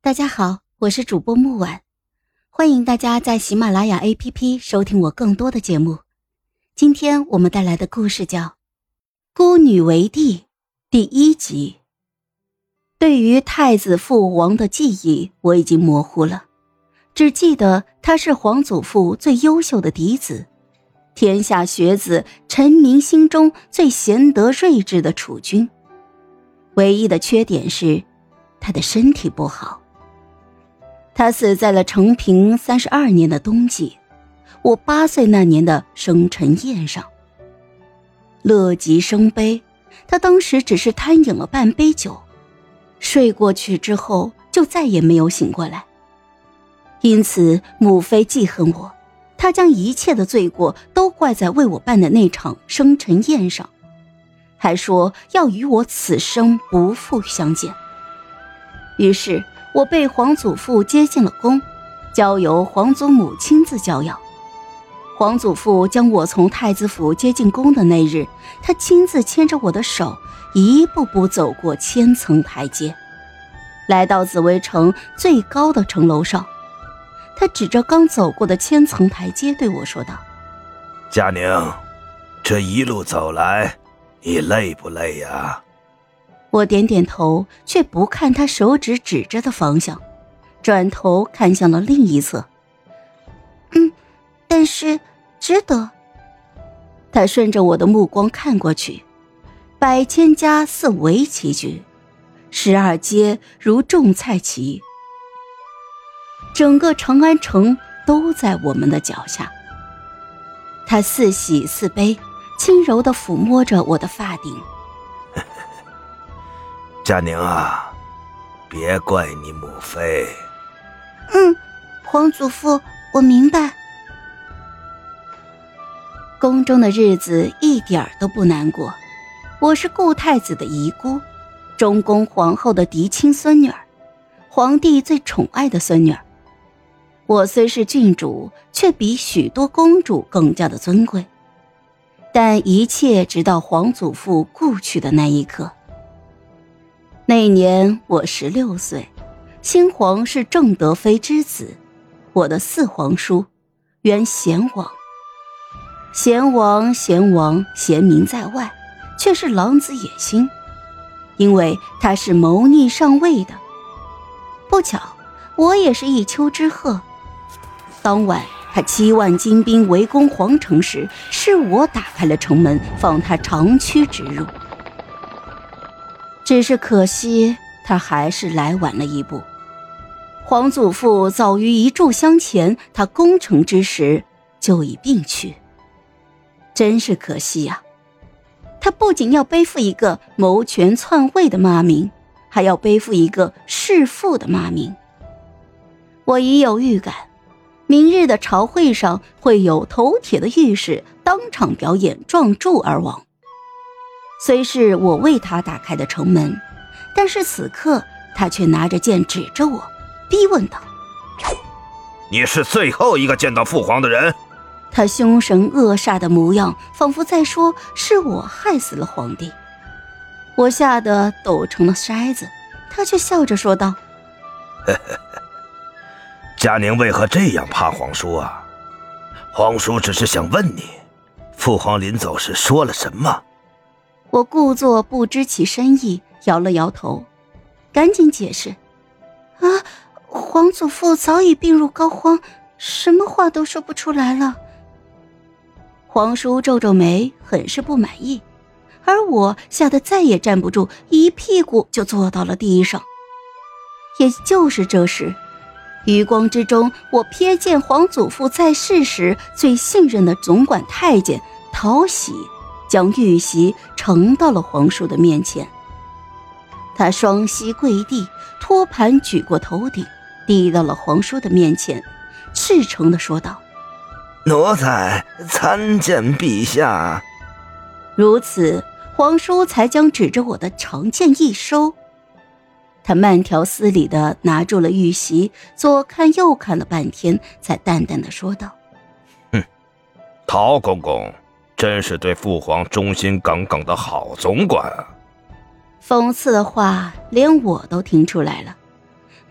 大家好，我是主播木婉，欢迎大家在喜马拉雅 APP 收听我更多的节目。今天我们带来的故事叫《孤女为帝》第1集。对于太子父王的记忆我已经模糊了，只记得他是皇祖父最优秀的嫡子，天下学子臣民心中最贤德睿智的储君。唯一的缺点是他的身体不好。他死在了承平32年的冬季，我8岁那年的生辰宴上。乐极生悲，他当时只是贪饮了半杯酒，睡过去之后就再也没有醒过来。因此母妃记恨我，她将一切的罪过都怪在为我办的那场生辰宴上，还说要与我此生不复相见。于是我被皇祖父接进了宫，交由皇祖母亲自教养。皇祖父将我从太子府接进宫的那日，他亲自牵着我的手，一步步走过千层台阶，来到紫薇城最高的城楼上。他指着刚走过的千层台阶对我说道： 佳宁，这一路走来，你累不累呀？ 我点点头，却不看他手指指着的方向，转头看向了另一侧。但是值得。他顺着我的目光看过去，百千家似围棋局，12街如种菜畦，整个长安城都在我们的脚下。他似喜似悲，轻柔地抚摸着我的发顶。 佳宁啊，别怪你母妃。 皇祖父，我明白。宫中的日子一点都不难过，我是顾太子的遗孤，中宫皇后的嫡亲孙女儿，皇帝最宠爱的孙女儿。我虽是郡主，却比许多公主更加的尊贵。但一切直到皇祖父故去的那一刻。那年我16岁，新皇是正德妃之子，我的4皇叔，原贤王。贤王贤名在外，却是狼子野心，因为他是谋逆上位的。不巧，我也是一丘之貉。当晚他7万精兵围攻皇城时，是我打开了城门，放他长驱直入。只是可惜他还是来晚了一步。皇祖父早于1炷香前，他攻城之时就已病去。真是可惜啊，他不仅要背负一个谋权篡位的骂名，还要背负一个弑父的骂名。我已有预感，明日的朝会上会有头铁的御史当场表演撞柱而亡。虽是我为他打开的城门，但是此刻他却拿着剑指着我，逼问道： 你是最后一个见到父皇的人？ 他凶神恶煞的模样，仿佛在说是我害死了皇帝。我吓得抖成了筛子，他却笑着说道： 佳宁为何这样怕皇叔啊？皇叔只是想问你，父皇临走时说了什么？ 我故作不知其深意，摇了摇头，赶紧解释：皇祖父早已病入膏肓，什么话都说不出来了。皇叔皱皱眉，很是不满意，而我吓得再也站不住，一屁股就坐到了地上。也就是这时，余光之中，我瞥见皇祖父在世时最信任的总管太监陶喜将玉玺呈到了皇叔的面前。他双膝跪地，托盘举过头顶，递到了皇叔的面前，赤诚地说道： 奴才参见陛下。 如此，皇叔才将指着我的长剑一收。他慢条斯理地拿住了玉玺，左看右看了半天，才淡淡地说道： 陶公公真是对父皇忠心耿耿的好总管啊。 讽刺的话连我都听出来了，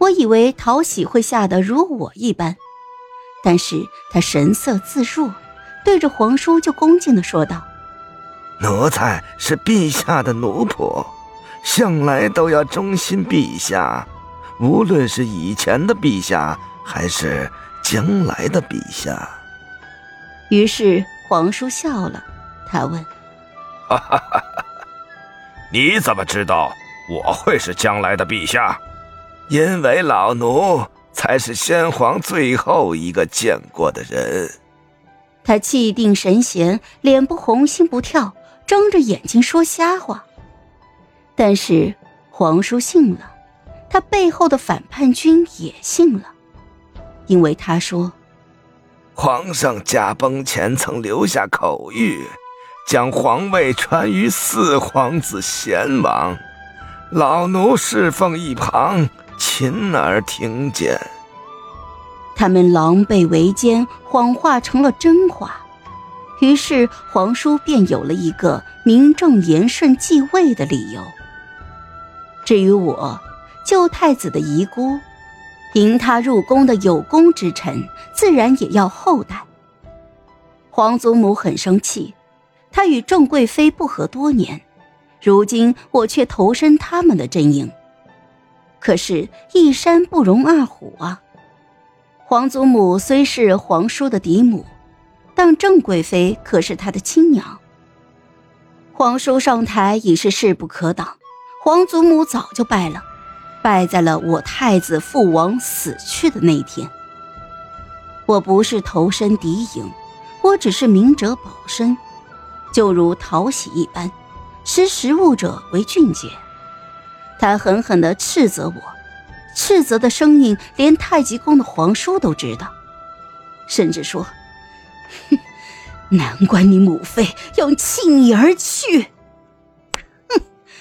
我以为讨喜会吓得如我一般，但是他神色自若，对着皇叔就恭敬地说道： 奴才是陛下的奴仆，向来都要忠心陛下，无论是以前的陛下还是将来的陛下。 于是皇叔笑了，他问： 哈哈哈哈，你怎么知道我会是将来的陛下？因为老奴才是先皇最后一个见过的人。 他气定神闲，脸不红心不跳，睁着眼睛说瞎话。但是皇叔信了，他背后的反叛军也信了，因为他说： 皇上驾崩前曾留下口谕，将皇位传于四皇子贤王，老奴侍奉一旁，亲耳听见。 他们狼狈为奸，谎话成了真话，于是皇叔便有了一个名正言顺继位的理由。至于我，旧太子的遗孤，迎他入宫的有功之臣，自然也要厚待。皇祖母很生气，她与郑贵妃不和多年，如今我却投身他们的阵营。可是一山不容二虎啊！皇祖母虽是皇叔的嫡母，但郑贵妃可是他的亲娘。皇叔上台已是势不可挡，皇祖母早就败了，败在了我太子父王死去的那一天。我不是投身敌营，我只是明哲保身，就如讨喜一般，识时务者为俊杰。他狠狠地斥责我，斥责的声音连太极宫的皇叔都知道，甚至说：哼，难怪你母妃要弃你而去。哼！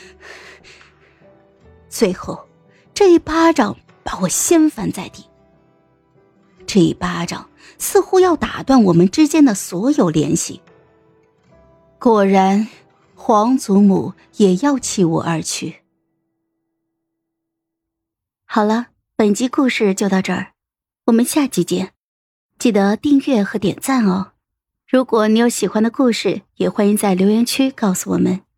最后这一巴掌把我掀翻在地，这一巴掌似乎要打断我们之间的所有联系。果然皇祖母也要弃我而去。好了，本集故事就到这儿，我们下集见，记得订阅和点赞哦。如果你有喜欢的故事，也欢迎在留言区告诉我们。